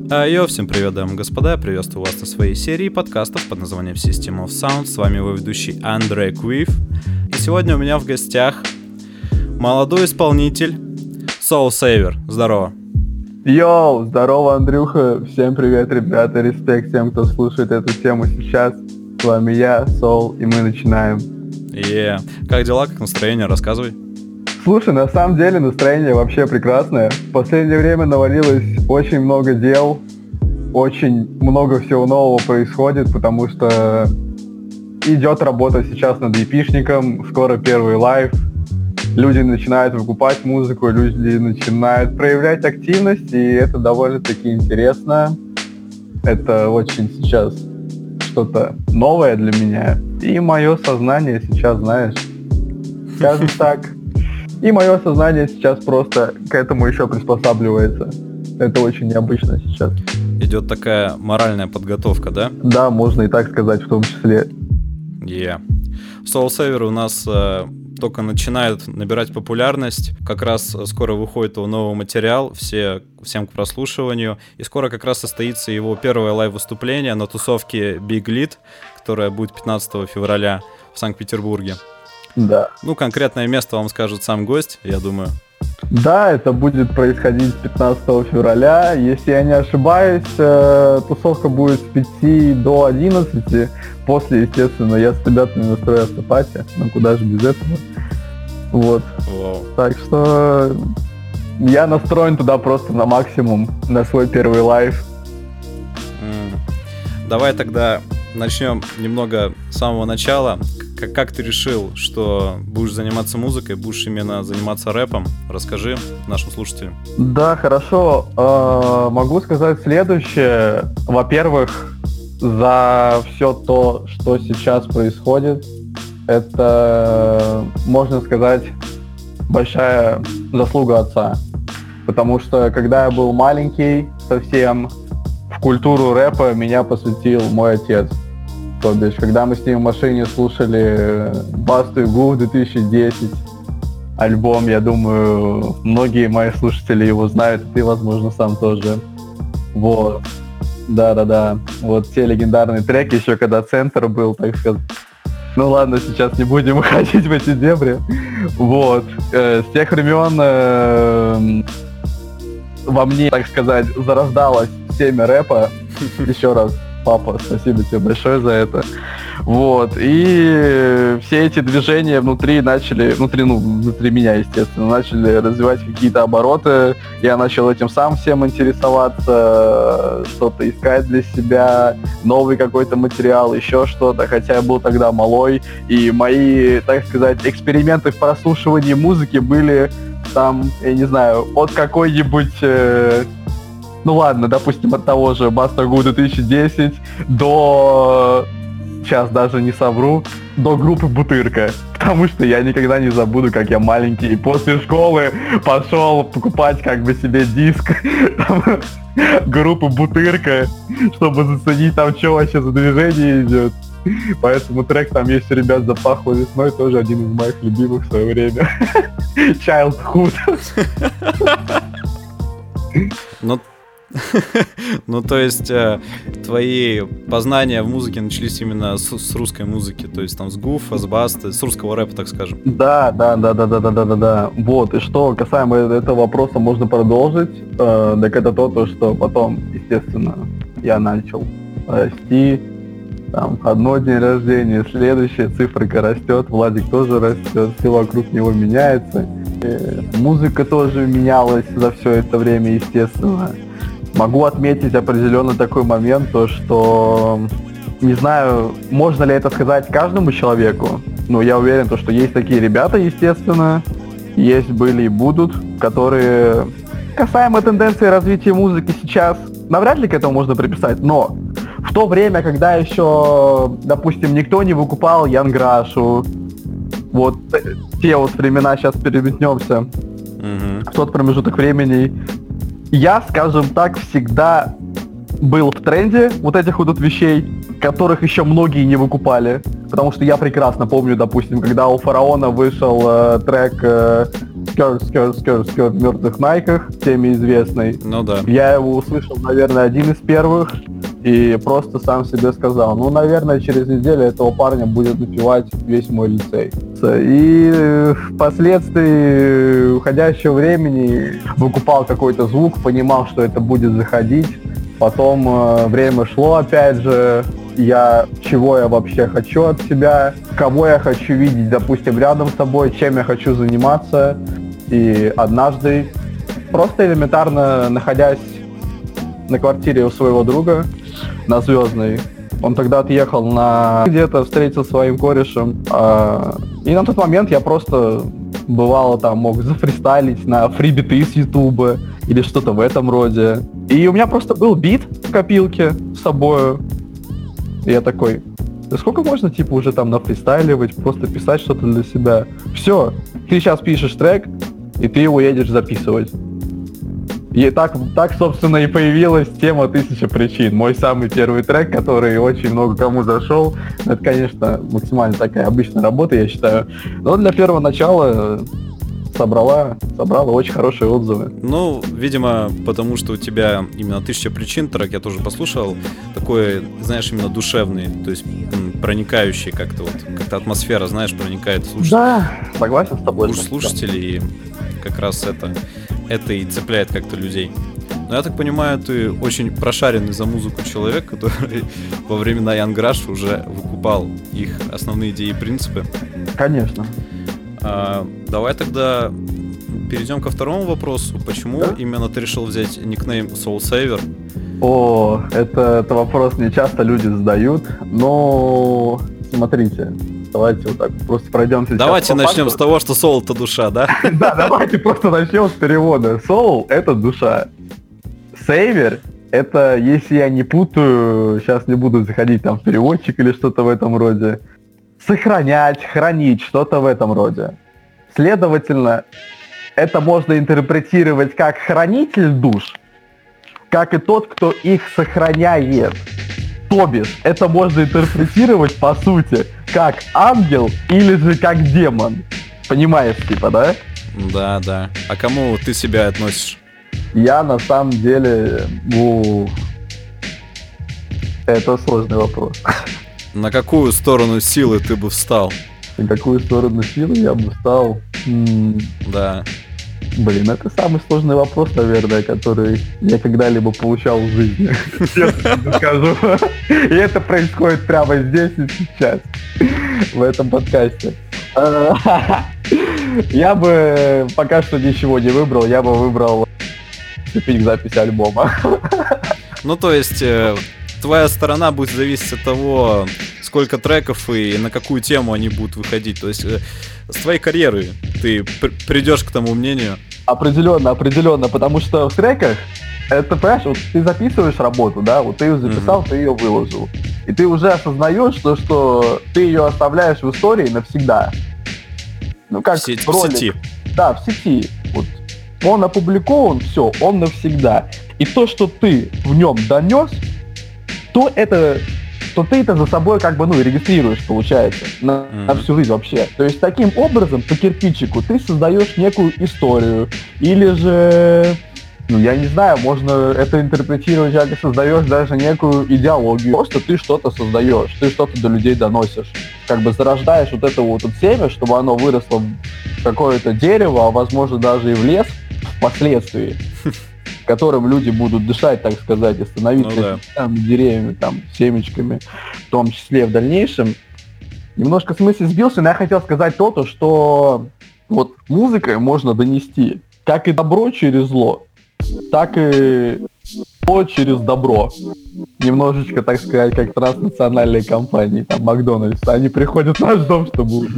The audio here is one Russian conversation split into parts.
Йо, всем привет, дамы и господа, я приветствую вас на своей серии подкастов под названием System of Sound. С вами его ведущий Андрей Квив. И сегодня у меня в гостях молодой исполнитель Soul Saver. Здорово. Йоу, здорово, Андрюха. Всем привет, ребята. Респект всем, кто слушает эту тему сейчас. С вами я, Soul, и мы начинаем. Как дела, как настроение? Рассказывай. Слушай, на самом деле настроение вообще прекрасное. В последнее время навалилось очень много дел, очень много всего нового происходит, потому что идет работа сейчас над EP-шником, скоро первый лайв. Люди начинают выкупать музыку, люди начинают проявлять активность, и это довольно-таки интересно. Это очень сейчас что-то новое для меня. И мое сознание сейчас, знаешь, скажем так, и мое сознание сейчас просто к этому еще приспосабливается. Это очень необычно сейчас. Идет такая моральная подготовка, да? Да, можно и так сказать в том числе. Soul Saver у нас только начинают набирать популярность. Как раз скоро выходит его новый материал, всем к прослушиванию. И скоро как раз состоится его первое лайв-выступление на тусовке Big Lead, которая будет 15 февраля в Санкт-Петербурге. Да. Конкретное место вам скажет сам гость, я думаю. Да, это будет происходить 15 февраля. Если я не ошибаюсь, тусовка будет с 5 до 11. После, естественно, я с ребятами настрою автопати. Куда же без этого. Вот. Вау. Так что я настроен туда просто на максимум, на свой первый лайв. Давай тогда начнем немного с самого начала. Как ты решил, что будешь заниматься музыкой, будешь именно заниматься рэпом? Расскажи нашим слушателям. Да, хорошо. Могу сказать следующее. Во-первых, за все то, что сейчас происходит, это, можно сказать, большая заслуга отца. Потому что, когда я был маленький совсем, в культуру рэпа меня посвятил мой отец. То бишь, когда мы с ним в машине слушали Басту и Гуф 2010, альбом, я думаю, многие мои слушатели его знают, и ты, возможно, сам тоже. Вот. Да. Вот те легендарные треки, еще когда центр был, так сказать. Ну ладно, сейчас не будем уходить в эти дебри. Вот. С тех времен во мне, так сказать, зарождалось семя рэпа. Еще раз, папа, спасибо тебе большое за это. Вот. И все эти движения внутри меня, естественно, начали развивать какие-то обороты. Я начал этим сам всем интересоваться, что-то искать для себя, новый какой-то материал, еще что-то. Хотя я был тогда малой, и мои, так сказать, эксперименты в прослушивании музыки были там, я не знаю, от какой-нибудь... допустим, от того же Баста Гу 2010 до... Сейчас даже не совру, до группы Бутырка. Потому что я никогда не забуду, как я маленький после школы пошел покупать себе диск группы Бутырка, чтобы заценить там, что вообще за движение идет. Поэтому трек там есть у ребят «Запахло весной», тоже один из моих любимых в свое время. Childhood. То есть твои познания в музыке начались именно с русской музыки, то есть там с Гуфа, с Басты, с русского рэпа, так скажем. Да. Вот, и что касаемо этого вопроса можно продолжить, так это то, что потом, естественно, я начал расти, там, одно день рождения, следующая циферка растет, Владик тоже растет, все вокруг него меняется, музыка тоже менялась за все это время, естественно. Могу отметить определенно такой момент, то что, не знаю, можно ли это сказать каждому человеку, но я уверен, что есть такие ребята, естественно, есть, были и будут, которые, касаемо тенденции развития музыки сейчас, навряд ли к этому можно приписать, но в то время, когда еще, допустим, никто не выкупал Янграшу, вот те вот времена, сейчас переметнемся в тот промежуток времени, я, скажем так, всегда был в тренде вот этих вот вещей, которых еще многие не выкупали. Потому что я прекрасно помню, допустим, когда у Фараона вышел трек скер в мертвых найках, теме известной. Ну да. Я его услышал, наверное, один из первых, и просто сам себе сказал, ну, наверное, через неделю этого парня будет напевать весь мой лицей. И впоследствии уходящего времени выкупал какой-то звук, понимал, что это будет заходить. Потом время шло, опять же, чего я вообще хочу от себя, кого я хочу видеть, допустим, рядом с собой, чем я хочу заниматься. И однажды, просто элементарно находясь на квартире у своего друга на Звездной, он тогда отъехал где-то, встретил со своим корешем. И на тот момент я просто, бывало, там мог зафристайлить на фрибиты с Ютуба или что-то в этом роде. И у меня просто был бит в копилке с собой. И я такой, да сколько можно, типа, уже там нафристайливать, просто писать что-то для себя. Все, ты сейчас пишешь трек, и ты его едешь записывать. И так, собственно, и появилась тема «1000 причин». Мой самый первый трек, который очень много кому зашел. Это, конечно, максимально такая обычная работа, я считаю. Но для первого начала собрала очень хорошие отзывы. Ну, видимо, потому что у тебя именно «1000 причин» трек я тоже послушал. Такой, знаешь, именно душевный, то есть проникающий как-то атмосфера, знаешь, проникает в слушателей. Да, согласен с тобой. Слушателей, и как раз это и цепляет как-то людей. Но я так понимаю, ты очень прошаренный за музыку человек, который во времена Young Rush уже выкупал их основные идеи и принципы. Конечно. Давай тогда перейдем ко второму вопросу. Почему именно ты решил взять никнейм Soul Saver? О, это вопрос мне часто люди задают, но смотрите, давайте вот так просто пройдемся. Давайте начнем с того, что Soul — это душа, да? Да, давайте просто начнем с перевода. Soul — это душа. Saver — это, если я не путаю, сейчас не буду заходить там в переводчик или что-то в этом роде, сохранять, хранить, что-то в этом роде. Следовательно, это можно интерпретировать как хранитель душ, как и тот, кто их сохраняет. То бишь, это можно интерпретировать, по сути, как ангел или же как демон. Понимаешь, типа, да? Да, да. А кому ты себя относишь? Я на самом деле... Это сложный вопрос. На какую сторону силы ты бы встал? На какую сторону силы я бы встал? Да. Блин, это самый сложный вопрос, наверное, который я когда-либо получал в жизни. Честно скажу. И это происходит прямо здесь и сейчас, в этом подкасте. Я бы пока что ничего не выбрал, я бы выбрал приступить к записи альбома. Ну, то есть, твоя сторона будет зависеть от того, сколько треков и на какую тему они будут выходить. То есть, с твоей карьеры ты придешь к тому мнению? Определенно, потому что в треках, это, понимаешь, вот ты записываешь работу, да, вот ты ее записал, ты ее выложил. И ты уже осознаешь, что ты ее оставляешь в истории навсегда. Ну, как в сети. Да, в сети. Вот. Он опубликован, все, он навсегда. И то, что ты в нем донес, то ты это за собой как бы, регистрируешь, получается, на всю жизнь вообще. То есть таким образом, по кирпичику, ты создаешь некую историю. Или же, я не знаю, можно это интерпретировать, как ты создаешь даже некую идеологию. Просто ты что-то создаешь, ты что-то до людей доносишь. Как бы зарождаешь вот это вот семя, чтобы оно выросло в какое-то дерево, а возможно даже и в лес впоследствии, которым люди будут дышать, так сказать, и становиться деревьями, там, семечками, в том числе в дальнейшем. Немножко в смысле сбился, но я хотел сказать то, что вот музыкой можно донести как и добро через зло, так и зло через добро. Немножечко, так сказать, как транснациональные компании, там, Макдональдс, они приходят в наш дом, чтобы...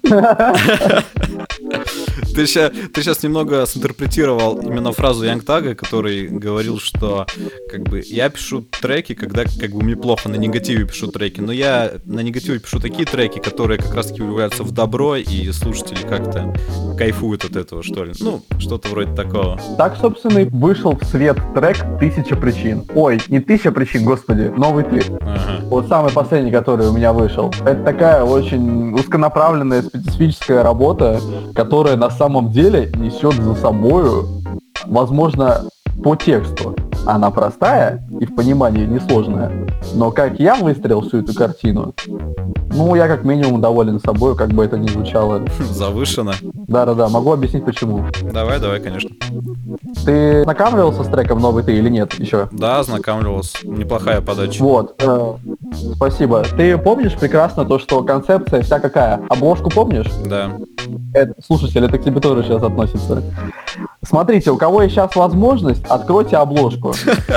Ты сейчас немного синтерпретировал именно фразу Янг Тага, который говорил, что как бы я пишу треки, когда как бы мне плохо, на негативе пишу треки, но я на негативе пишу такие треки, которые как раз таки выливаются в добро, и слушатели как-то кайфуют от этого, что ли. Ну, что-то вроде такого. Так, собственно, и вышел в свет трек «1000 причин». Ой, не 1000 причин, господи, новый ты. Ага. Вот самый последний, который у меня вышел. Это такая очень узконаправленная, специфическая работа, которая на самом самом деле несет за собою, возможно, по тексту она простая и в понимании несложная, но как я выстроил всю эту картину, ну, я как минимум доволен собой, как бы это ни звучало. Завышено. Да-да-да, могу объяснить почему. Давай, конечно. Ты знакомливался с треком «Новый ты» или нет еще? Да, ознакомливался. Неплохая подача. Вот, спасибо. Ты помнишь прекрасно то, что концепция вся какая? Обложку помнишь? Да. Слушатель, это к тебе тоже сейчас относится. Смотрите, у кого есть сейчас возможность, откройте обложку.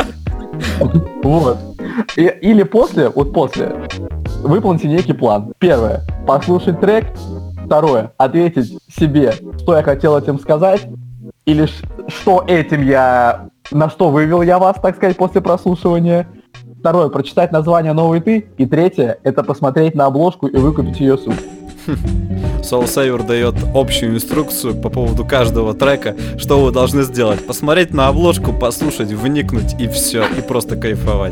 Вот. Или после, выполните некий план. Первое, послушать трек. Второе, ответить себе, что я хотел этим сказать. Или что этим на что вывел я вас, так сказать, после прослушивания. Второе, прочитать название «Новый ты». И третье, это посмотреть на обложку и выкупить ее суть. Soul Saver дает общую инструкцию по поводу каждого трека, что вы должны сделать. Посмотреть на обложку, послушать, вникнуть и все, и просто кайфовать.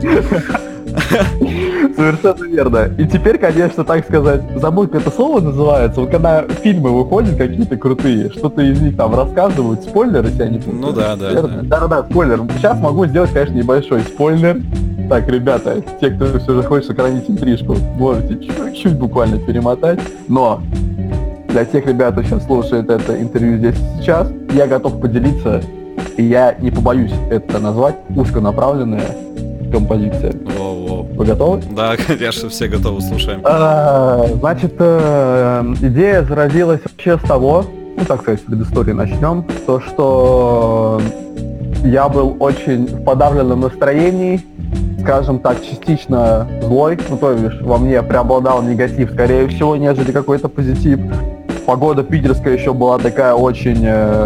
Совершенно верно. И теперь, конечно, так сказать, забыл, как это слово называется. Вот когда фильмы выходят какие-то крутые, что-то из них там рассказывают, спойлер, если я не помню. Ну да. Да, спойлер. Сейчас могу сделать, конечно, небольшой спойлер. Так, ребята, те, кто все же хочет сохранить интрижку, можете чуть-чуть буквально перемотать. Но для тех ребят, кто сейчас слушает это интервью здесь и сейчас, я готов поделиться, и я не побоюсь это назвать, узконаправленная композиция. Воу-воу. Вы готовы? Да, конечно, все готовы, слушаем. Значит, идея зародилась вообще с того, ну, так сказать, с предыстории начнем, то, что я был очень в подавленном настроении, скажем так, частично злой, ну, то есть во мне преобладал негатив, скорее всего, нежели какой-то позитив. Погода питерская еще была такая очень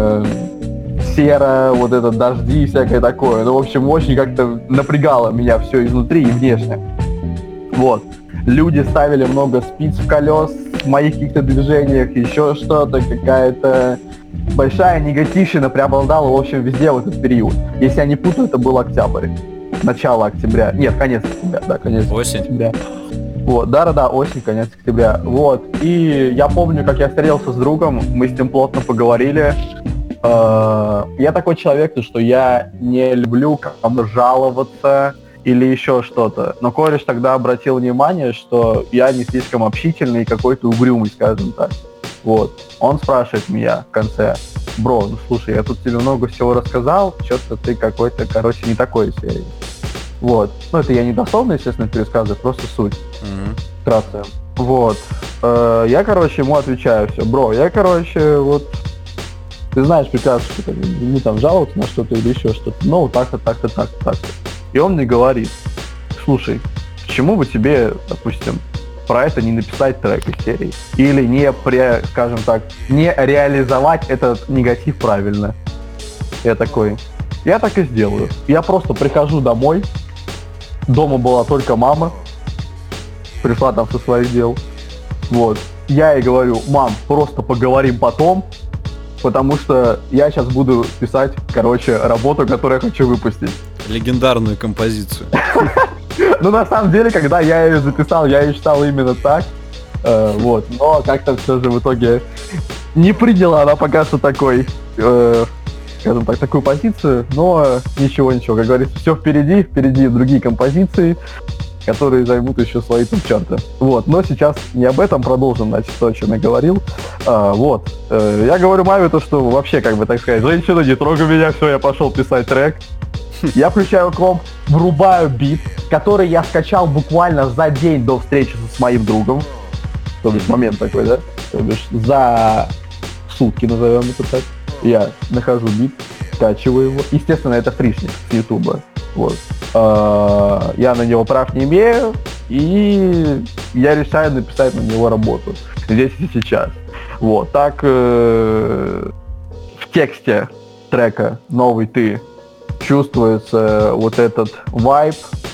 серая, вот это дожди и всякое такое. Ну, в общем, очень как-то напрягало меня все изнутри и внешне. Вот. Люди ставили много спиц в колес в моих каких-то движениях, еще что-то, какая-то большая негативщина преобладала, в общем, везде в этот период. Если я не путаю, это был октябрь. Начало октября. Нет, конец октября, да, конец осень. Октября. Вот, да, осень, конец октября. Вот. И я помню, как я встретился с другом, мы с ним плотно поговорили. Я такой человек, что я не люблю кому-то жаловаться или еще что-то. Но кореш тогда обратил внимание, что я не слишком общительный и какой-то угрюмый, скажем так. Вот. Он спрашивает меня в конце: бро, ну слушай, я тут тебе много всего рассказал, что-то ты какой-то, не такой серии. Вот. Ну, это я не дословно, естественно, пересказываю, просто суть. Вкратце. Вот. Я, ему отвечаю все. Бро, вот... Ты знаешь прекрасно, что не там жаловаться на что-то или еще что-то. Ну, так-то. И он мне говорит: слушай, почему бы тебе, допустим, про это не написать трек из серии? Или скажем так, не реализовать этот негатив правильно? Я такой: я так и сделаю. Я просто прихожу домой, дома была только мама, пришла там со своих дел. Вот. Я ей говорю: мам, просто поговорим потом, потому что я сейчас буду писать, работу, которую я хочу выпустить. Легендарную композицию. Ну, на самом деле, когда я ее записал, я ее читал именно так. Вот. Но как-то все же в итоге не приняла она пока что такой, скажем так, такую позицию. Но ничего, как говорится, все впереди другие композиции, которые займут еще свои топ-чарты. Вот, но сейчас не об этом, продолжим, значит, то, о чем я говорил. Вот, я говорю маме то, что вообще, так сказать, женщина, не трогай меня, все, я пошел писать трек. Я включаю комп, врубаю бит, который я скачал буквально за день до встречи с моим другом. То бишь момент такой, да? То бишь за сутки, назовем это так. Я нахожу бит, скачиваю его. Естественно, это фришник с ютуба. Вот. Я на него прав не имею, и я решаю написать на него работу здесь и сейчас. Вот. Так в тексте трека «Новый ты» чувствуется вот этот вайб,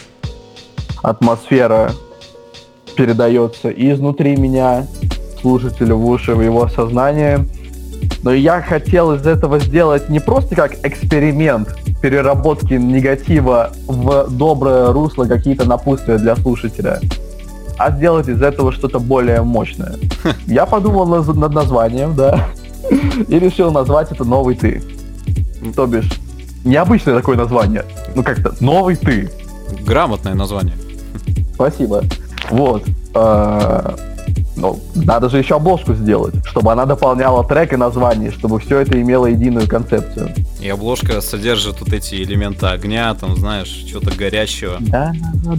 атмосфера передается изнутри меня, слушателю в уши, в его сознание. Но я хотел из этого сделать не просто как эксперимент переработки негатива в доброе русло, какие-то напутствия для слушателя, а сделать из этого что-то более мощное. Я подумал над названием, да. И решил назвать это «Новый ты». То бишь, необычное такое название. Ну как-то «Новый ты». Грамотное название. Спасибо. Вот. Ну, надо же еще обложку сделать, чтобы она дополняла трек и название, чтобы все это имело единую концепцию. И обложка содержит вот эти элементы огня, там, знаешь, чего-то горячего. Да.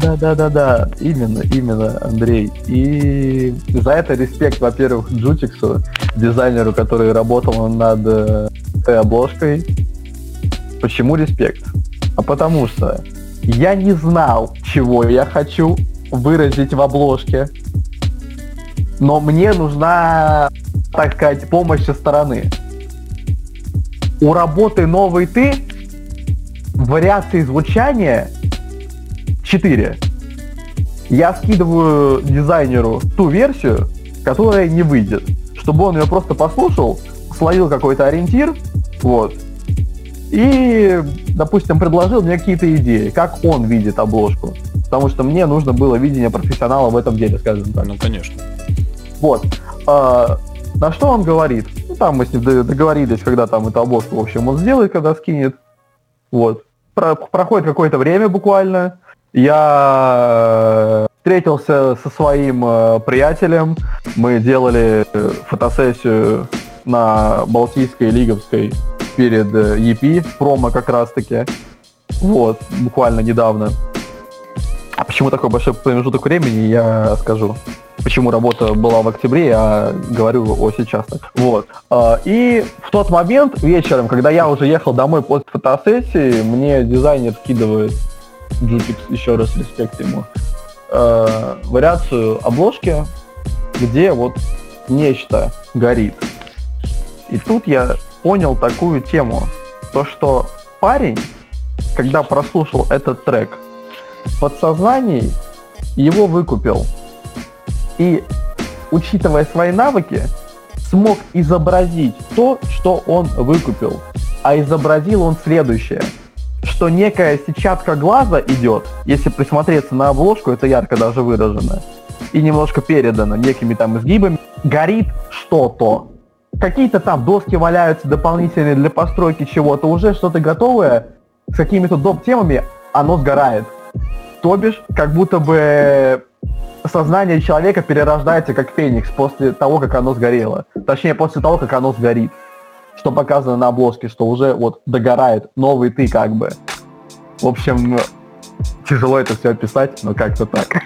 Именно, Андрей. И за это респект, во-первых, Джутиксу, дизайнеру, который работал над этой обложкой. Почему респект? А потому что я не знал, чего я хочу выразить в обложке. Но мне нужна, так сказать, помощь со стороны. У работы «Новый ты» вариаций звучания 4. Я скидываю дизайнеру ту версию, которая не выйдет, чтобы он ее просто послушал, словил какой-то ориентир, вот, и, допустим, предложил мне какие-то идеи, как он видит обложку. Потому что мне нужно было видение профессионала в этом деле, скажем так. Ну, конечно. Вот. На что он говорит? Ну, там мы с ним договорились, когда там эту обложку, в общем, он сделает, когда скинет. Вот. Проходит какое-то время буквально. Я встретился со своим приятелем. Мы делали фотосессию на Балтийской Лиговской перед EP, промо как раз-таки. Вот, буквально недавно. А почему такой большой промежуток времени, я скажу. Почему работа была в октябре, я говорю о сейчас. Вот. И в тот момент вечером, когда я уже ехал домой после фотосессии, мне дизайнер скидывает, Джутикс, еще раз респект ему, вариацию обложки, где вот нечто горит. И тут я понял такую тему, то что парень, когда прослушал этот трек, в подсознании его выкупил. И, учитывая свои навыки, смог изобразить то, что он выкупил. А изобразил он следующее. Что некая сетчатка глаза идет, если присмотреться на обложку, это ярко даже выражено, и немножко передано некими там изгибами, горит что-то. Какие-то там доски валяются дополнительные для постройки чего-то, уже что-то готовое, с какими-то доп-темами, оно сгорает. То бишь, как будто бы сознание человека перерождается как феникс после того, как оно сгорело. Точнее, после того, как оно сгорит. Что показано на обложке, что уже вот догорает новый ты как бы. В общем, тяжело это все описать, но как-то так.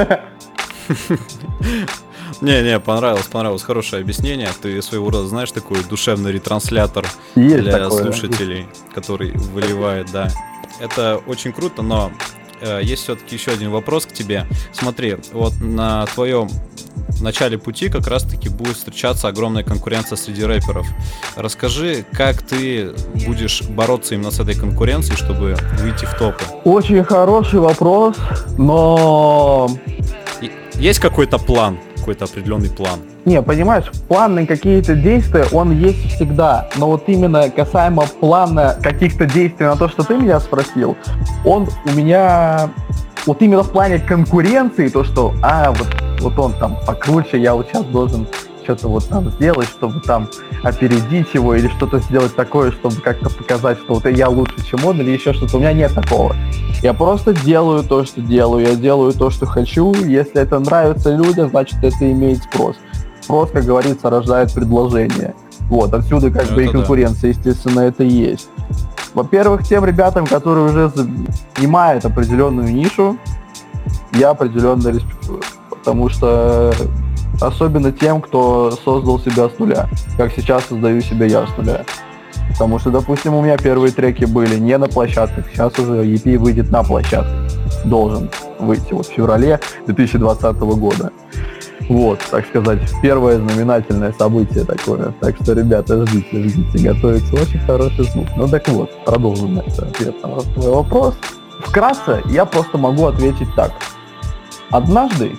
Не, понравилось. Хорошее объяснение. Ты своего рода знаешь такой душевный ретранслятор Есть для такое, слушателей, который выливает, да. Это очень круто, но есть все-таки еще один вопрос к тебе. Смотри, вот на твоем начале пути как раз-таки будет встречаться огромная конкуренция среди рэперов. Расскажи, как ты будешь бороться именно с этой конкуренцией, чтобы выйти в топы? Очень хороший вопрос, но... Есть какой-то план, какой-то определенный план? Не, понимаешь, планы какие-то действия, он есть всегда. Но вот именно касаемо плана каких-то действий на то, что ты меня спросил, он у меня... Вот именно в плане конкуренции, то, что, вот он там покруче, я вот сейчас должен что-то вот там сделать, чтобы там опередить его, или что-то сделать такое, чтобы как-то показать, что вот я лучше, чем он, или еще что-то. У меня нет такого. Я просто делаю то, что делаю, я делаю то, что хочу. Если это нравится людям, значит, это имеет спрос. Спрос, как говорится, рождает предложение. Вот, отсюда как бы и конкуренция, естественно, это и есть. Во-первых, тем ребятам, которые уже занимают определенную нишу, я определенно респектую. Потому что особенно тем, кто создал себя с нуля. Как сейчас создаю себя я с нуля. Потому что, допустим, у меня первые треки были не на площадках. Сейчас уже EP выйдет на площадках. Должен выйти вот в феврале 2020 года. Вот, так сказать, первое знаменательное событие такое. Так что, ребята, ждите, готовится очень хороший звук. Ну так вот, продолжим ответ на твой вопрос. Вкратце я просто могу ответить так. Однажды,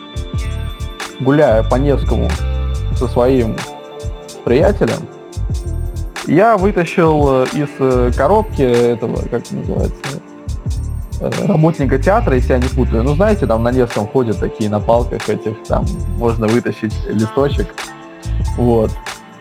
гуляя по Невскому со своим приятелем, я вытащил из коробки этого, как называется, работника театра, если я не путаю. Ну, знаете, там на Невском ходят такие на палках этих, там можно вытащить листочек. Вот.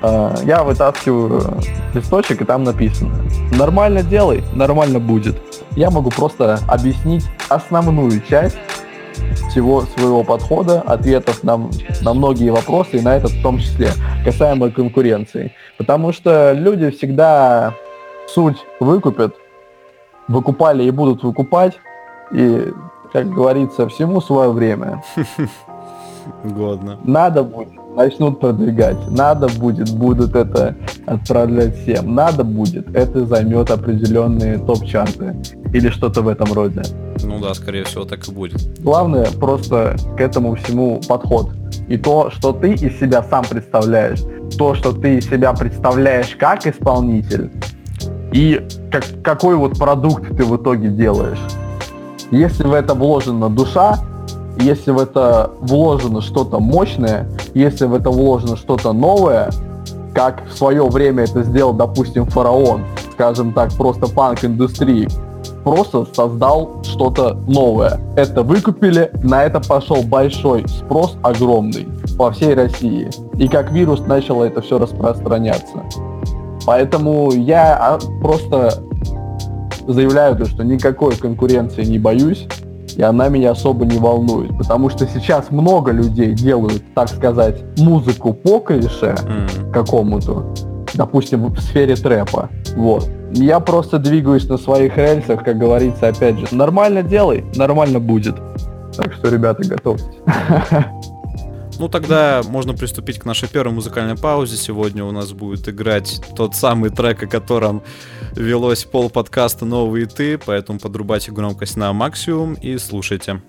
Я вытаскиваю листочек, и там написано: нормально делай, нормально будет. Я могу просто объяснить основную часть всего своего подхода, ответов на многие вопросы, и на этот в том числе, касаемо конкуренции. Потому что люди всегда суть выкупали и будут выкупать, и, как говорится, всему свое время. Годно. Надо будет, начнут продвигать. Надо будет, будут это отправлять всем. Надо будет, это займет определенные топ-чарты. Или что-то в этом роде. Ну да, скорее всего, так и будет. Главное просто к этому всему подход. И то, что ты из себя сам представляешь. То, что ты из себя представляешь как исполнитель. И какой вот продукт ты в итоге делаешь. Если в это вложена душа, если в это вложено что-то мощное, если в это вложено что-то новое, как в свое время это сделал, допустим, Фараон, скажем так, просто панк-индустрии, просто создал что-то новое. Это выкупили, на это пошел большой спрос, огромный, по всей России. И как вирус начало это все распространяться. Поэтому я просто заявляю, что никакой конкуренции не боюсь, и она меня особо не волнует, потому что сейчас много людей делают, так сказать, музыку по клише какому-то, допустим, в сфере трэпа. Вот. Я просто двигаюсь на своих рельсах, как говорится, опять же, нормально делай, нормально будет. Так что, ребята, готовьтесь. Ну, тогда можно приступить к нашей первой музыкальной паузе. Сегодня у нас будет играть тот самый трек, о котором велось полподкаста «Новые ты», поэтому подрубайте громкость на максимум и слушайте.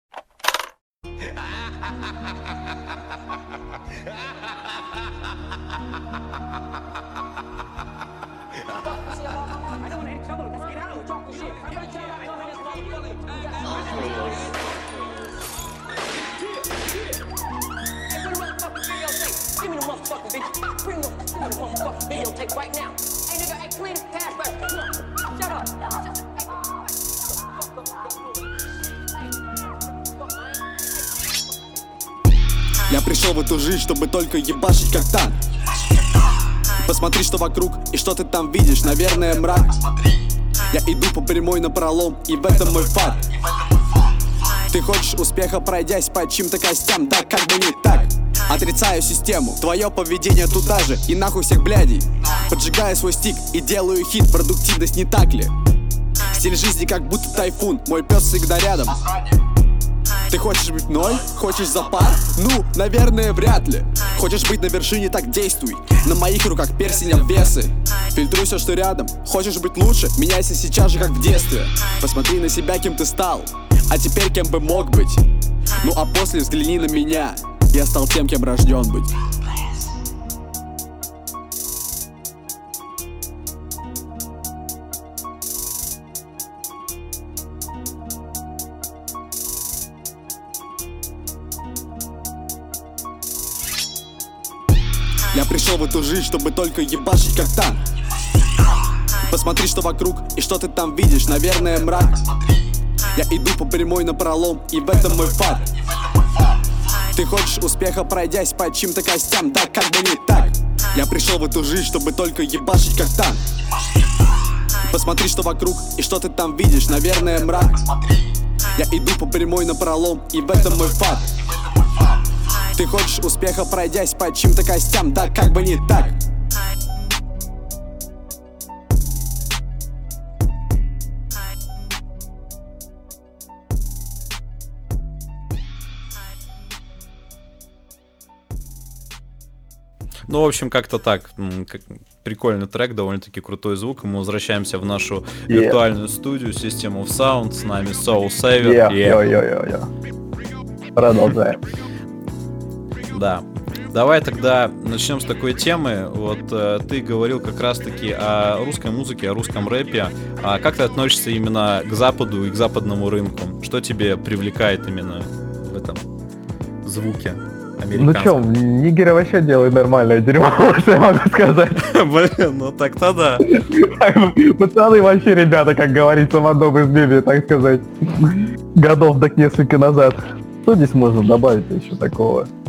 Я пришел в эту жизнь, чтобы только ебашить как танк. Посмотри, что вокруг и что ты там видишь, наверное, мрак. Я иду по прямой напролом, и в этом мой факт. Ты хочешь успеха, пройдясь по чьим-то костям, да как бы не так. Отрицаю систему, твое поведение туда же, и нахуй всех блядей. Поджигаю свой стик и делаю хит, продуктивность не так ли? Стиль жизни как будто тайфун, мой пес всегда рядом. Ты хочешь быть мной? Хочешь за пар? Ну, наверное, вряд ли. Хочешь быть на вершине, так действуй. На моих руках перстень обвесы. Фильтруй все, что рядом. Хочешь быть лучше? Меняйся сейчас же, как в детстве. Посмотри на себя, кем ты стал, а теперь кем бы мог быть. Ну а после взгляни на меня. Я стал тем, кем рожден быть. Я пришел в эту жизнь, чтобы только ебашить как танк. Посмотри, что вокруг и что ты там видишь, наверное, мрак. Я иду по прямой напролом, и в этом мой факт. Ты хочешь успеха, пройдясь по чьим-то костям, да как бы не так. Я пришел в эту жизнь, чтобы только ебашить как танк. Посмотри, что вокруг и что ты там видишь, наверное, мрак. Я иду по прямой напролом, и в этом мой факт. Ты хочешь успеха, пройдясь по чьим-то костям, да как бы не так. Ну, в общем, как-то так. Прикольный трек, довольно-таки крутой звук. И мы возвращаемся в нашу виртуальную студию System of Sound. С нами Soul Saver. Продолжаем. Да. Давай тогда начнем с такой темы. Вот ты говорил как раз-таки о русской музыке, о русском рэпе. А как ты относишься именно к Западу и к западному рынку? Что тебе привлекает именно в этом звуке? Ну чё, нигеры вообще делают нормальное дерьмо, что я могу сказать. Блин, ну так-то да. Пацаны вообще, ребята, как говорится в одном из мемов, так сказать, годов так несколько назад. Что здесь можно добавить еще такого?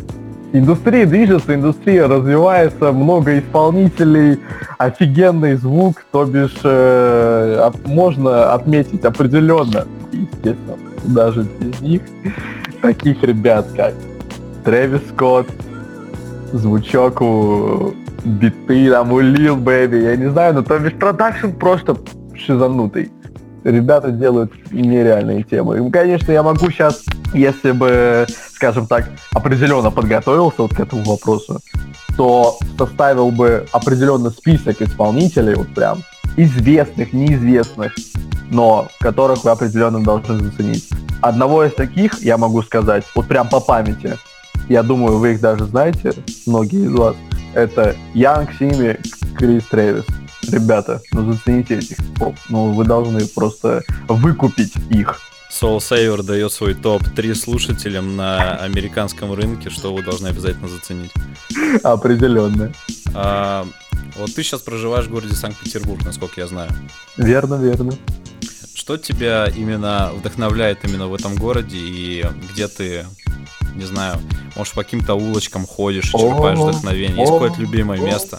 Индустрия движется, индустрия развивается, много исполнителей, офигенный звук, то бишь можно отметить определенно, естественно, даже без них, таких ребят, как Трэвис Скотт, звучок у биты, там у Lil Baby, я не знаю, но то бишь продакшн просто шизанутый. Ребята делают нереальные темы. И, конечно, я могу сейчас, если бы, скажем так, определенно подготовился вот к этому вопросу, то составил бы определенный список исполнителей, вот прям, известных, неизвестных, но которых вы определенно должны заценить. Одного из таких я могу сказать, вот прям по памяти, я думаю, вы их даже знаете, многие из вас, это Young Simi, Крис Трэвис. Ребята, ну зацените этих поп, ну вы должны просто выкупить их. Soul Saver дает свой топ-3 слушателям на американском рынке, что вы должны обязательно заценить. Определенно. Вот ты сейчас проживаешь в городе Санкт-Петербург, насколько я знаю. Верно, верно. Что тебя именно вдохновляет именно в этом городе и где ты, не знаю, может по каким-то улочкам ходишь и черпаешь вдохновение? Есть какое-то любимое место?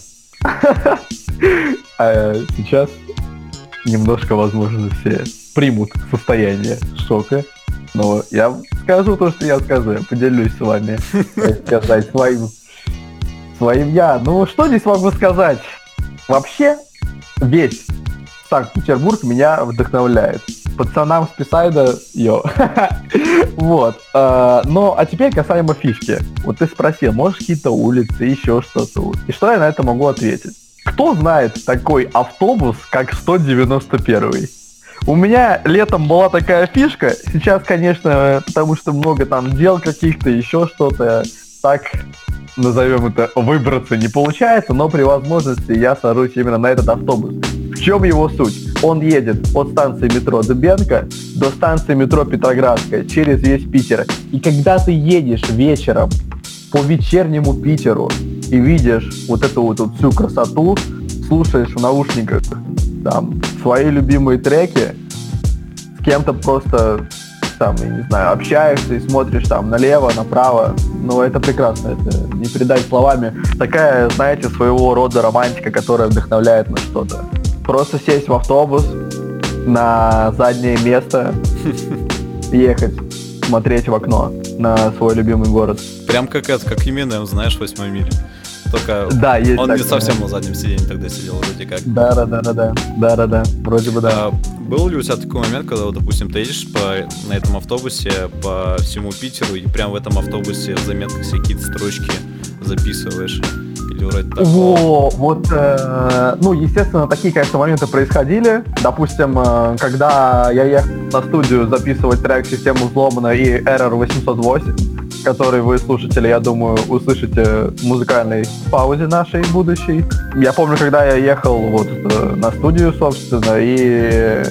Сейчас немножко, возможно, все примут состояние шока, но я скажу то, что я скажу, я поделюсь с вами, сказать своим я. Ну, что здесь могу сказать? Вообще, весь Санкт-Петербург меня вдохновляет. Пацанам с Писайда, йо. Вот. Ну, а теперь касаемо фишки. Вот ты спросил, можешь какие-то улицы, еще что-то. И что я на это могу ответить? Кто знает такой автобус, как 191-й? У меня летом была такая фишка. Сейчас, конечно, потому что много там дел каких-то, еще что-то. Так, назовем это, выбраться не получается, но при возможности я сажусь именно на этот автобус. В чем его суть? Он едет от станции метро Дыбенко до станции метро Петроградская через весь Питер. И когда ты едешь вечером по вечернему Питеру и видишь вот эту вот всю красоту, слушаешь в наушниках там свои любимые треки, с кем-то просто там, я не знаю, общаешься и смотришь там налево, направо, ну это прекрасно, это не передать словами. Такая, знаете, своего рода романтика, которая вдохновляет на что-то. Просто сесть в автобус, на заднее место, ехать, смотреть в окно на свой любимый город. Прям как Eminem, знаешь, в 8 миле. Только да, есть он так, не совсем на заднем сиденье тогда сидел, вроде как. Да, вроде бы да. Был ли у тебя такой момент, когда, вот, допустим, ты едешь на этом автобусе по всему Питеру, и прям в этом автобусе в заметках себе какие-то строчки записываешь? Или вроде такого? Ну, естественно, такие, конечно, моменты происходили. Допустим, когда я ехал на студию записывать трек «Система взломана» и Error 808, который вы, слушатели, я думаю, услышите в музыкальной паузе нашей будущей. Я помню, когда я ехал вот на студию, собственно, и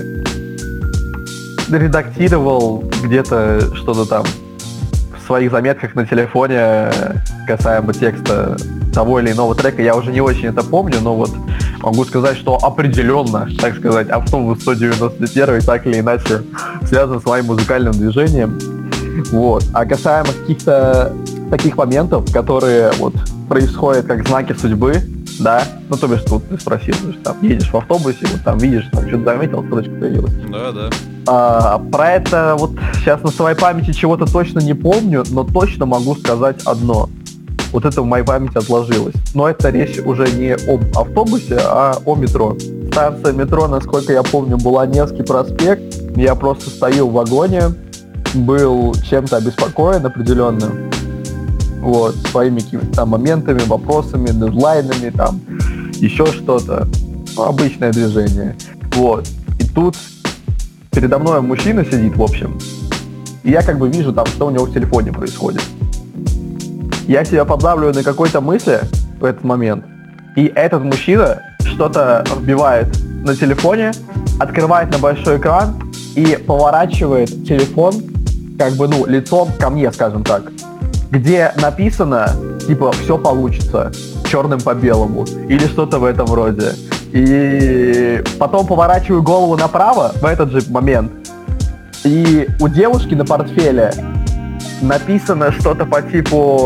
редактировал где-то что-то там в своих заметках на телефоне касаемо текста того или иного трека. Я уже не очень это помню, но вот могу сказать, что определенно, так сказать, автобус 191 так или иначе связан с моим музыкальным движением. Вот. А касаемо каких-то таких моментов, которые вот происходят как знаки судьбы, да, ну то бишь, вот ты спросил, что там едешь в автобусе, вот там видишь, там что-то заметил, строчка появилась. Да. Про это вот сейчас на своей памяти чего-то точно не помню, но точно могу сказать одно. Вот это в моей памяти отложилось. Но это речь уже не об автобусе, а о метро. Станция метро, насколько я помню, была Невский проспект. Я просто стою в вагоне, был чем-то обеспокоен определенно. Вот, своими какими-то там моментами, вопросами, дедлайнами, там, еще что-то. Ну, обычное движение. Вот. И тут передо мной мужчина сидит, в общем. И я как бы вижу там, что у него в телефоне происходит. Я себя подлавливаю на какой-то мысли в этот момент. И этот мужчина что-то вбивает на телефоне, открывает на большой экран и поворачивает телефон как бы, ну, лицом ко мне, скажем так, где написано, типа, все получится, черным по белому, или что-то в этом роде. И потом поворачиваю голову направо в этот же момент, и у девушки на портфеле написано что-то по типу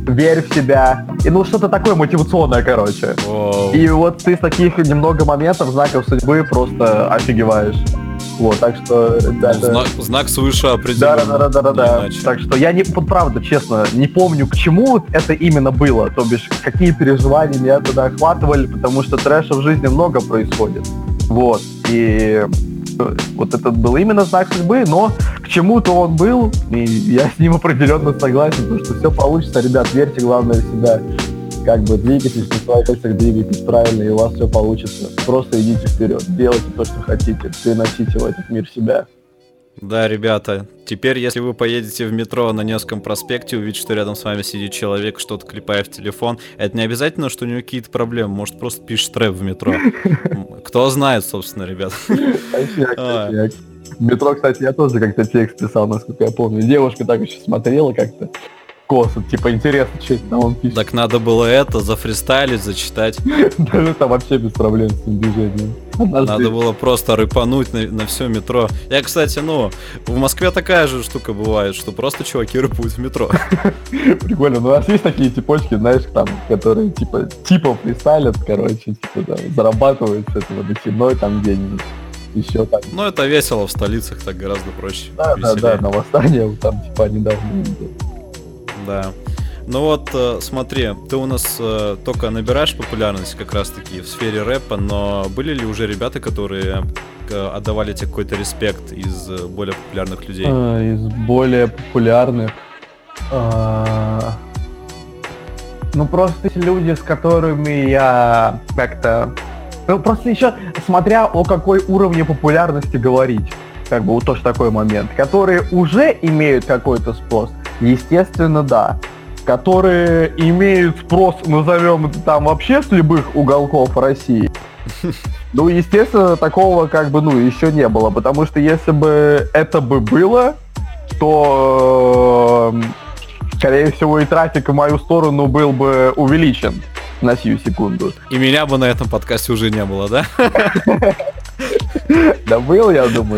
верь в себя. И ну что-то такое мотивационное, короче. Воу. И вот ты с таких немного моментов, знаков судьбы просто офигеваешь. Вот, так что, ребята... Знак свыше определенно. Да. Так что я, вот правда, честно, не помню, к чему это именно было. То бишь, какие переживания меня тогда охватывали, потому что трэша в жизни много происходит. Вот, и... Вот этот был именно знак судьбы, но к чему-то он был, и я с ним определенно согласен, потому что все получится, ребят, верьте, главное, в себя. Как бы двигайтесь на своих кольцах, двигайтесь правильно, и у вас все получится. Просто идите вперед, делайте то, что хотите, приносите в этот мир себя. Да, ребята, теперь, если вы поедете в метро на Невском проспекте, увидите, что рядом с вами сидит человек, что-то клепая в телефон, это не обязательно, что у него какие-то проблемы, может, просто пишет рэп в метро. Кто знает, собственно, ребят. В метро, кстати, я тоже как-то текст писал, насколько я помню. Девушка так еще смотрела как-то косо, типа, интересно, что это он пишет. Так надо было это зафристайлить, зачитать. Даже там вообще без проблем с этим движением. Надо было просто рэпануть на все метро. Я, кстати, в Москве такая же штука бывает, что просто чуваки рэпуют в метро. Прикольно, у нас есть такие типочки, знаешь, там, которые типа фристайлят, короче, типа, да, зарабатывают с этого ночной там где-нибудь. Еще так. Ну, это весело в столицах, так гораздо проще. Да, на восстание там, типа, недавно видел. Да. Ну вот, смотри, ты у нас только набираешь популярность как раз-таки в сфере рэпа, но были ли уже ребята, которые отдавали тебе какой-то респект из более популярных людей? Из более популярных? Ну, просто эти люди, с которыми я как-то... Ну, просто еще, смотря о какой уровне популярности говорить, как бы вот тоже такой момент, которые уже имеют какой-то спрос, естественно, да. Которые имеют спрос, назовем это там, вообще с любых уголков России. Ну, естественно, такого как бы, еще не было. Потому что если бы это бы было, то, скорее всего, и трафик в мою сторону был бы увеличен на сию секунду. И меня бы на этом подкасте уже не было, да? Да был, я думаю,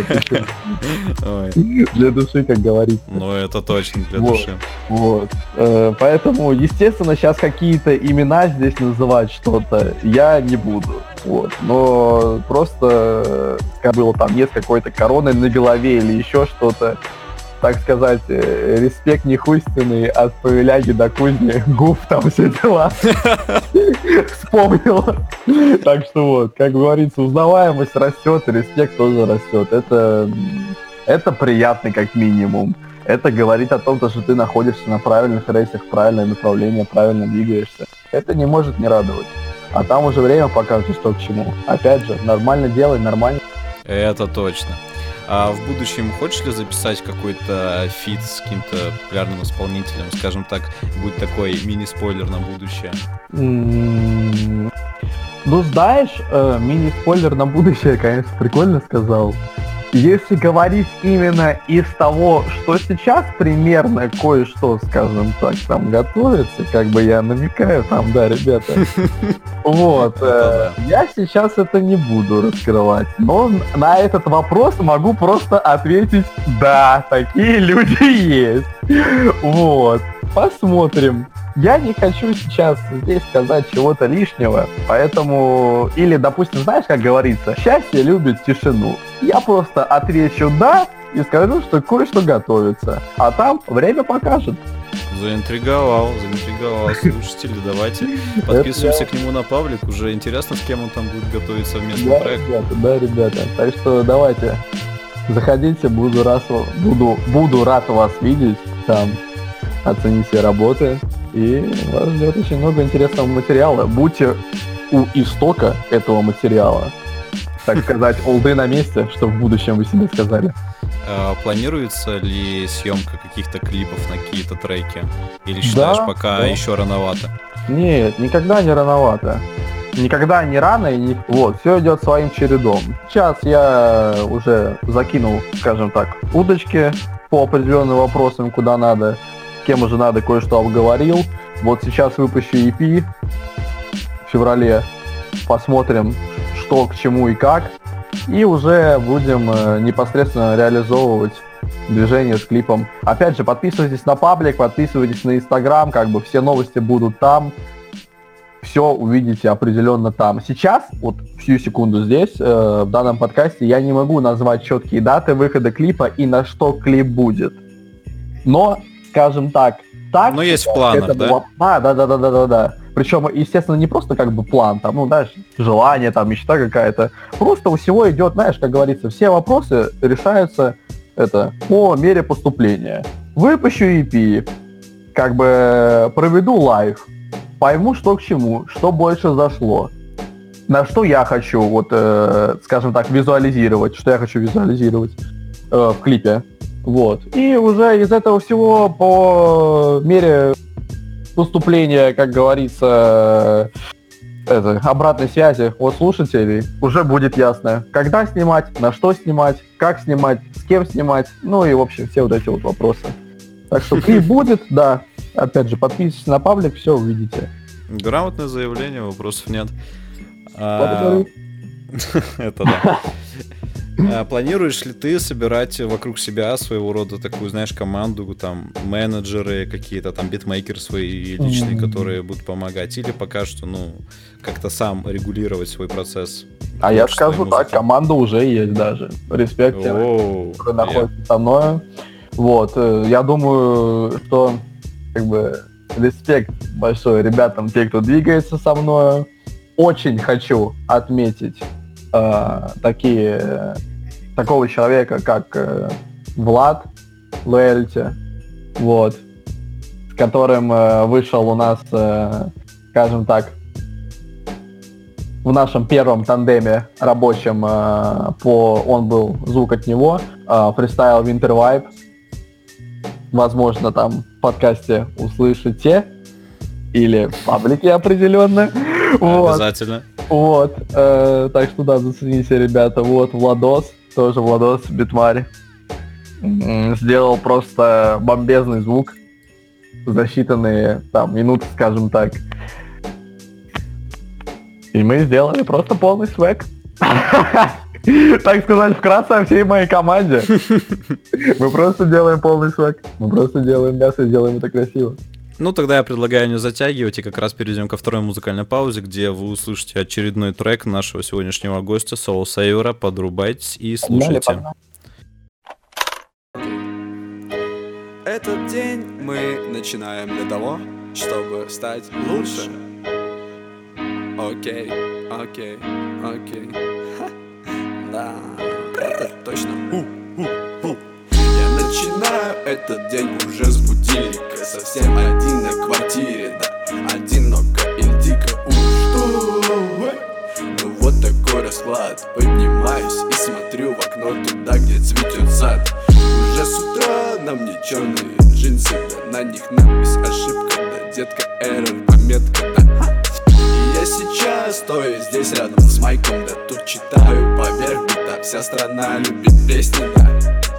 для души, как говорится. Ну, это точно для души. Вот. Поэтому, естественно, сейчас какие-то имена здесь называть что-то я не буду. Вот. Но просто, как было там, нет какой-то короны на голове или еще что-то, так сказать, респект нехуйственный от Павеляги до Кузни, гуф, там все дела. Вспомнил. Так что вот, как говорится, узнаваемость растет, респект тоже растет. Это приятно как минимум. Это говорит о том, что ты находишься на правильных рейсах, правильное направление, правильно двигаешься. Это не может не радовать. А там уже время покажет, что к чему. Опять же, нормально делай, нормально. Это точно. А в будущем хочешь ли записать какой-то фит с каким-то популярным исполнителем? Скажем так, будет такой мини-спойлер на будущее. Ну, знаешь, мини-спойлер на будущее, конечно, прикольно сказал. Если говорить именно из того, что сейчас примерно кое-что, скажем так, там готовится, как бы я намекаю там, да, ребята. Вот. Я сейчас это не буду раскрывать, но на этот вопрос могу просто ответить: да, такие люди есть. Вот. Посмотрим. Я не хочу сейчас здесь сказать чего-то лишнего, поэтому... Или, допустим, знаешь, как говорится, счастье любит тишину. Я просто отвечу «да» и скажу, что кое-что готовится. А там время покажет. Заинтриговал слушатели. Давайте подписываемся к нему на паблик. Уже интересно, с кем он там будет готовить совместный трек. Да, ребята. Так что давайте, заходите, буду рад вас видеть там. Оцените работы. И вас ждет очень много интересного материала. Будьте у истока этого материала. Так сказать, олды на месте, что в будущем вы себе сказали. Планируется ли съемка каких-то клипов на какие-то треки? Или считаешь, пока еще рановато? Нет, никогда не рановато. Никогда не рано, и вот, все идет своим чередом. Сейчас я уже закинул, скажем так, удочки по определенным вопросам, куда надо. С кем уже надо, кое-что обговорил. Вот сейчас выпущу EP в феврале. Посмотрим, что к чему и как. И уже будем непосредственно реализовывать движение с клипом. Опять же, подписывайтесь на паблик, подписывайтесь на Инстаграм, как бы все новости будут там. Все увидите определенно там. Сейчас, вот всю секунду здесь, в данном подкасте, я не могу назвать четкие даты выхода клипа и на что клип будет. Но, скажем так... Но есть в планах, да? Да. Причем, естественно, не просто как бы план, там, ну, знаешь, желание, там, мечта какая-то. Просто у всего идет, знаешь, как говорится, все вопросы решаются по мере поступления. Выпущу EP, как бы проведу лайв, пойму, что к чему, что больше зашло, на что я хочу, вот, скажем так, визуализировать, что я хочу визуализировать в клипе. Вот. И уже из этого всего по мере поступления, как говорится, обратной связи от слушателей уже будет ясно, когда снимать, на что снимать, как снимать, с кем снимать, ну и, в общем, все вот эти вот вопросы. Так что клип будет, да. Опять же, подписывайтесь на паблик, все увидите. Грамотное заявление, вопросов нет. Благодарю. Это да. Планируешь ли ты собирать вокруг себя своего рода такую, знаешь, команду, там, менеджеры, какие-то там битмейкеры свои личные, которые будут помогать, или пока что, ну, как-то сам регулировать свой процесс? А я скажу так, команда уже есть даже. Респект тем, которые находятся со мной. Вот, я думаю, что, как бы, респект большой ребятам, те, кто двигается со мной. Очень хочу отметить такого человека, как Влад Loyalty, вот, с которым вышел у нас, скажем так, в нашем первом тандеме рабочем, он был звук от него, фристайл Winter Vibe. Возможно, там в подкасте услышите, или в паблике определенно. Обязательно. Вот, так что да, зацените, ребята. Вот, Владос, тоже Владос, Битмарь. Сделал просто бомбезный звук за считанные там минуты, скажем так. И мы сделали просто полный свек. Так сказать, вкратце о всей моей команде. Мы просто делаем полный свек. Мы просто делаем мясо и делаем это красиво. Ну, тогда я предлагаю не затягивать и как раз перейдем ко второй музыкальной паузе, где вы услышите очередной трек нашего сегодняшнего гостя Soul Saver. Подрубайтесь и слушайте. Этот день мы начинаем для того, чтобы стать лучше. Окей. Да, это точно. Я начинаю этот день уже с будильника. Совсем один на квартире, да. Одиноко и дико, что? Ну вот такой расклад. Поднимаюсь и смотрю в окно туда, где цветет сад. Уже с утра на мне черные джинсы, да. На них надпись ошибка, да. Детка, эррор, пометка, да. И я сейчас стою здесь рядом с майком, да. Тут читаю поверх, да. Вся страна любит песни, да.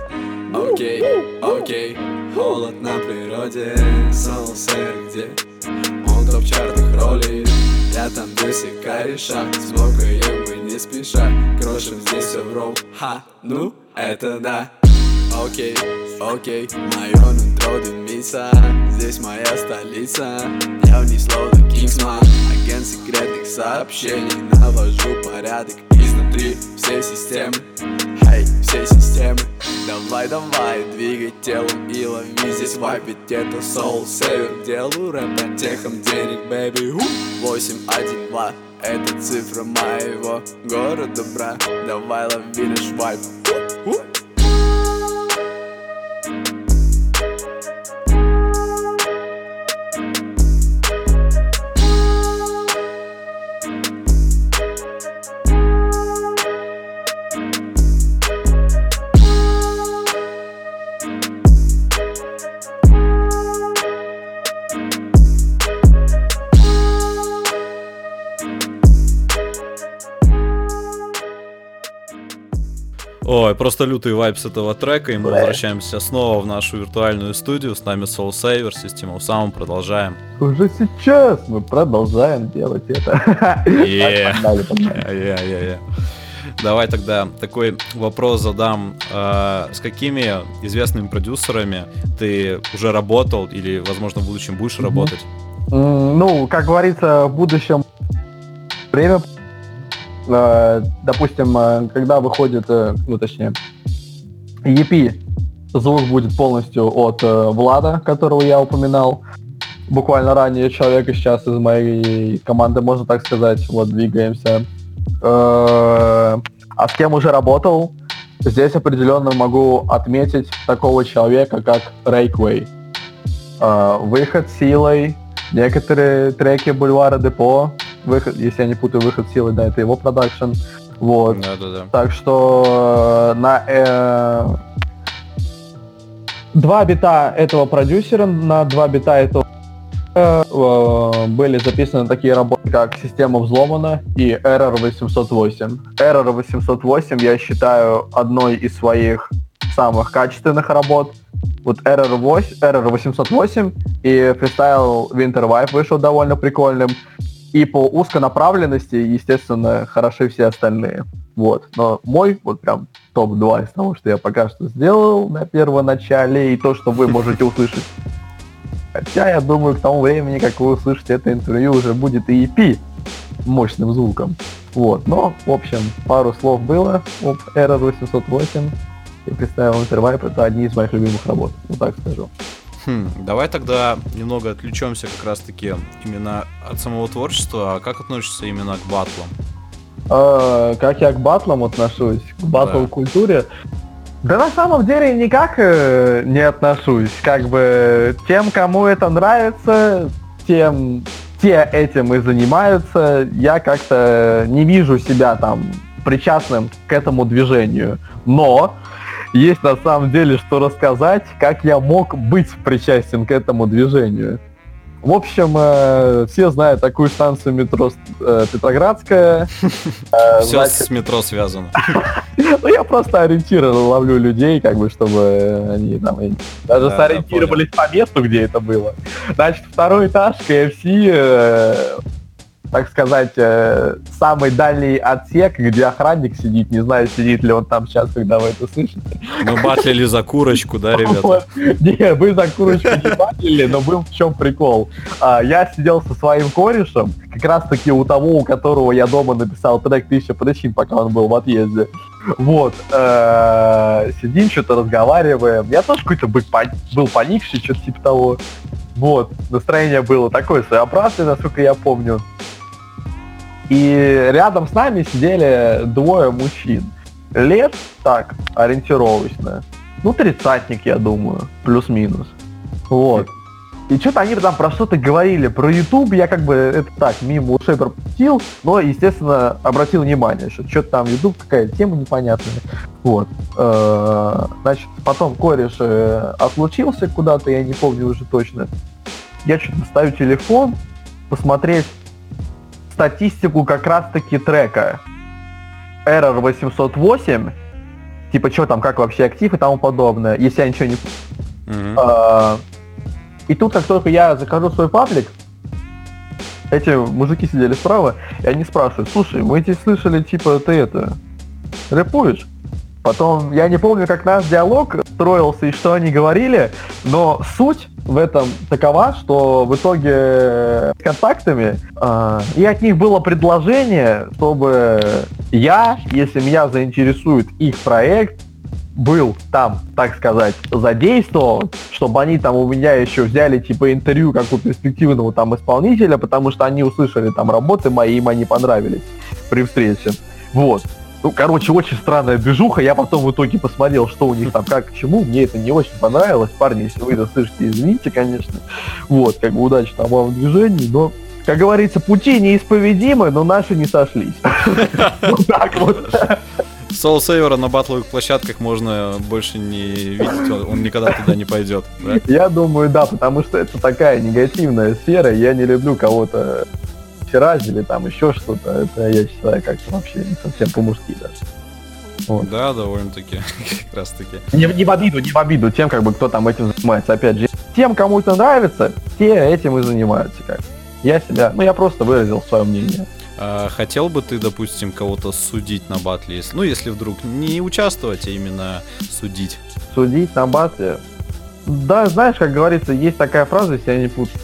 Окей, холод на природе, Soul Saver где? Он топ-чартных ролей. Я там досекаю шаг, смокаем мы не спеша. Крошим здесь все в роу, ну это да. Окей, мое нутро дымится. Здесь моя столица. Я в ней словно Кингсман. Агент секретных сообщений. Навожу порядок изнутри всей системы. Всей системы. Давай, двигай телом и лови здесь вайп. Ведь это Soul Saver. Делаю рэп по техам денег, бэйби. 812. Это цифра моего города, брат. Давай лови наш вайп. Ой, просто лютый вайб с этого трека, и мы возвращаемся снова в нашу виртуальную студию. С нами Soul Saver, System of Sound, продолжаем. Уже сейчас мы продолжаем делать это. Yeah. Давай тогда такой вопрос задам. С какими известными продюсерами ты уже работал или, возможно, в будущем будешь работать? Ну, как говорится, в будущем время, допустим, когда выходит, ну, точнее, EP, звук будет полностью от Влада, которого я упоминал. Буквально ранее человек сейчас из моей команды, можно так сказать. Вот, двигаемся. А с кем уже работал? Здесь определенно могу отметить такого человека, как Рейквей. Выход силой, некоторые треки Бульвара Депо, выход, если я не путаю, выход силой, да, это его продакшн. Вот. Да. Так что на 2 бита этого продюсера, на 2 бита этого были записаны такие работы, как «Система взломана» и Error 808. Error 808 я считаю одной из своих самых качественных работ. Вот Error 808 и Freestyle Winter Vibe вышел довольно прикольным. И по узконаправленности, естественно, хороши все остальные. Вот. Но мой вот прям топ-2 из того, что я пока что сделал на первоначале, и то, что вы можете услышать. Хотя, я думаю, к тому времени, как вы услышите это интервью, уже будет и EP мощным звуком. Вот. Но, в общем, пару слов было об Error 808 и Freestyle Winter Vibe. Это одни из моих любимых работ, вот так скажу. Давай тогда немного отвлечемся как раз-таки именно от самого творчества. А как относишься именно к батлам? Как я к батлам отношусь? К батл-культуре? Да на самом деле никак не отношусь. Как бы тем, кому это нравится, те этим и занимаются. Я как-то не вижу себя там причастным к этому движению. Но есть на самом деле что рассказать, как я мог быть причастен к этому движению. В общем, все знают такую станцию метро Петроградская. Все с метро связано. Ну, я просто ориентированно ловлю людей, как бы, чтобы они там даже сориентировались по месту, где это было. Значит, 2-й этаж, KFC, так сказать, самый дальний отсек, где охранник сидит. Не знаю, сидит ли он там сейчас, когда вы это слышите. Мы батлили за курочку, да, ребята? Вот. Не, мы за курочку не батлили, но был в чем прикол. Я сидел со своим корешем, как раз таки у того, у которого я дома написал трек «1000 причин», пока он был в отъезде. Вот. Сидим, что-то разговариваем. Я тоже какой-то был поникший, что-то типа того. Вот. Настроение было такое своеобразное, насколько я помню. И рядом с нами сидели 2 мужчин. Лет, так, ориентировочно. Ну, 30-ник, я думаю, плюс-минус. Вот. И что-то они там про что-то говорили. Про YouTube я как бы это так, мимо ушей пропустил, но, естественно, обратил внимание, что что-то там YouTube, какая-то тема непонятная. Вот. Значит, потом кореш отлучился куда-то, я не помню уже точно. Я что-то ставлю телефон, посмотреть статистику как раз-таки трека Error 808, типа, что там, как вообще актив и тому подобное, если я ничего не... И тут, как только я захожу в свой паблик, эти мужики сидели справа, и они спрашивают: слушай, мы здесь слышали, типа, ты это, рэпуешь? Потом, я не помню, как наш диалог строился и что они говорили, но суть в этом такова, что в итоге с контактами и от них было предложение, чтобы я, если меня заинтересует их проект, был там, так сказать, задействован, чтобы они там у меня еще взяли типа интервью как у перспективного там исполнителя, потому что они услышали там работы мои, им они понравились при встрече. Вот. Ну, короче, очень странная движуха. Я потом в итоге посмотрел, что у них там, как, к чему. Мне это не очень понравилось. Парни, если вы это слышите, извините, конечно. Вот, как бы удачи там вам в движении, но, как говорится, пути неисповедимы, но наши не сошлись. Вот так вот. Soul Saver на батловых площадках можно больше не видеть, он никогда туда не пойдет, да? Я думаю, да, потому что это такая негативная сфера, я не люблю кого-то вчерась или там еще что-то, это я считаю как-то вообще не совсем по-мужски даже. Вот. Да, довольно-таки, как раз таки. Не в обиду тем, как бы, кто там этим занимается, опять же. Тем, кому это нравится, те этим и занимаются, как. я просто выразил свое мнение. Хотел бы ты, допустим, кого-то судить на батле, если вдруг не участвовать, а именно судить? Судить на батле? Да, знаешь, как говорится, есть такая фраза, если я не путаю.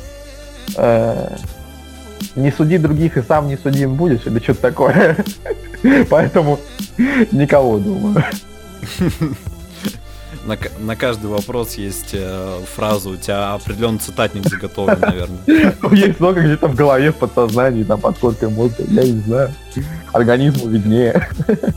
Не суди других и сам не судим будешь, или что-то такое. Поэтому никого, думаю. На каждый вопрос есть фраза, у тебя определенный цитатник заготовлен, наверное. Есть много где-то в голове, в подсознании, там, подкоркой мозга, я не знаю. Организму виднее.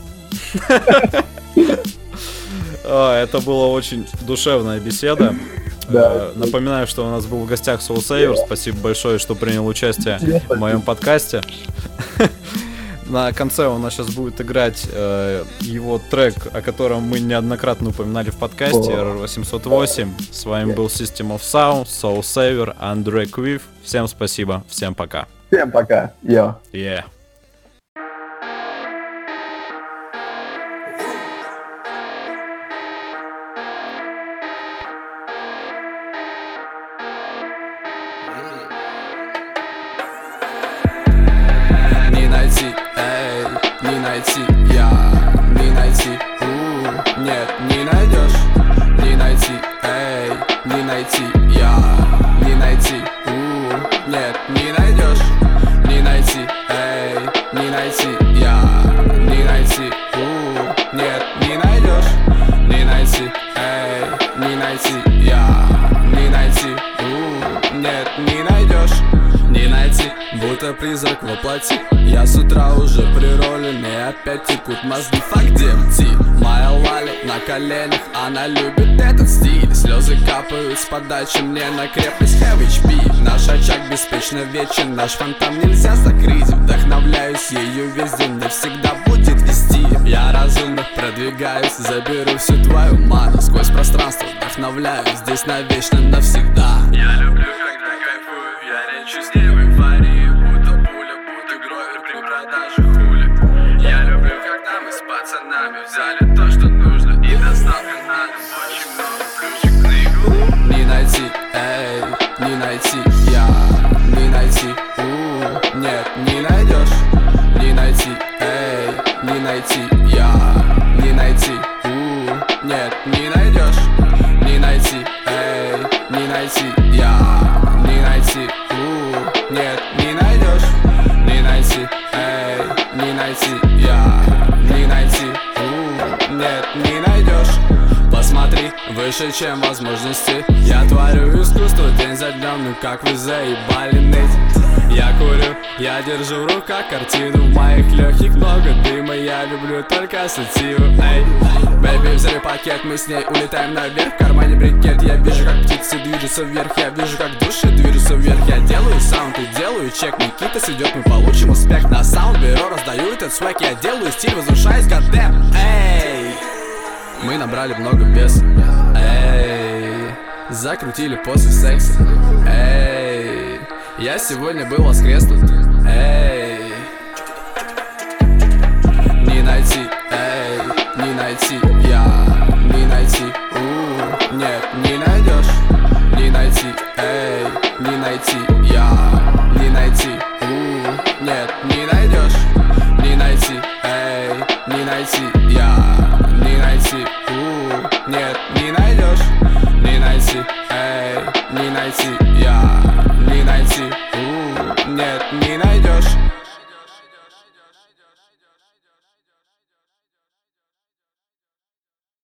Это была очень душевная беседа. Да. Напоминаю, что у нас был в гостях Soul Saver. Спасибо большое, что принял участие в моем подкасте. На конце у нас сейчас будет играть его трек, о котором мы неоднократно упоминали в подкасте, RR808. С вами был System of Sound, Soul Saver, Андрей Квив. Всем спасибо, всем пока. Всем пока. Йо. Yeah. Нет, не найдешь, не найти, эй, не найти, не найти, нет, не найдешь, не найти, эй, не найти, не найти, нет, не найдешь, не найти, эй, не найти, не найти, нет, не найдешь, не найти, будто призрак воплоти. Я с утра уже приролен, и опять текут мозги. Фак демти, моя Лали на коленях, она любит этот стиль. Слезы капают с подачи мне на крепость Have HP. Наш очаг беспечно вечен, наш фонтан нельзя закрыть. Вдохновляюсь ею везде, не всегда будет вести. Я разумно продвигаюсь, заберу всю твою ману. Сквозь пространство вдохновляюсь, здесь навечно, навсегда. Я люблю, когда кайфую, я лечу с ней в эйфории. Будто пуля, будто гровер при продаже хули. Я люблю, когда мы с пацанами взяли то, что нужно, и доставка надо. Очень много плюшек на игру. Не найти, эй, не найти, не найти, нет, не найдешь. Не найти, эй, не найти, не найти, нет, не найдешь. Не найти, эй, не найти, не найти, нет, не найдешь. Не найти, эй, не найти, не найти, нет, не найдешь. Посмотри, выше, чем возможности. Я творю искусство день за днем, ну как вы заебали ныть. Я курю, я держу в руках картину. В моих легких много дыма, я люблю только сативу. Эй, бэйби, взяли пакет, мы с ней улетаем наверх. В кармане брикет, я вижу, как птицы движутся вверх. Я вижу, как души движутся вверх. Я делаю саунд и делаю чек. Никита идет, мы получим успех. На саунд-бюро раздаю этот свек. Я делаю стиль, возвышаюсь, goddamn. Эй, мы набрали много бес. Эй, закрутили после секса. Эй, я сегодня был воскреснут. Эй, не найти, эй, не найти, не найти, нет, не найдешь. Не найти, эй, не найти, не найти, нет, не найдешь. Не найти, эй, не найти, не найти, нет, не найдешь. Не найти, эй, не найти.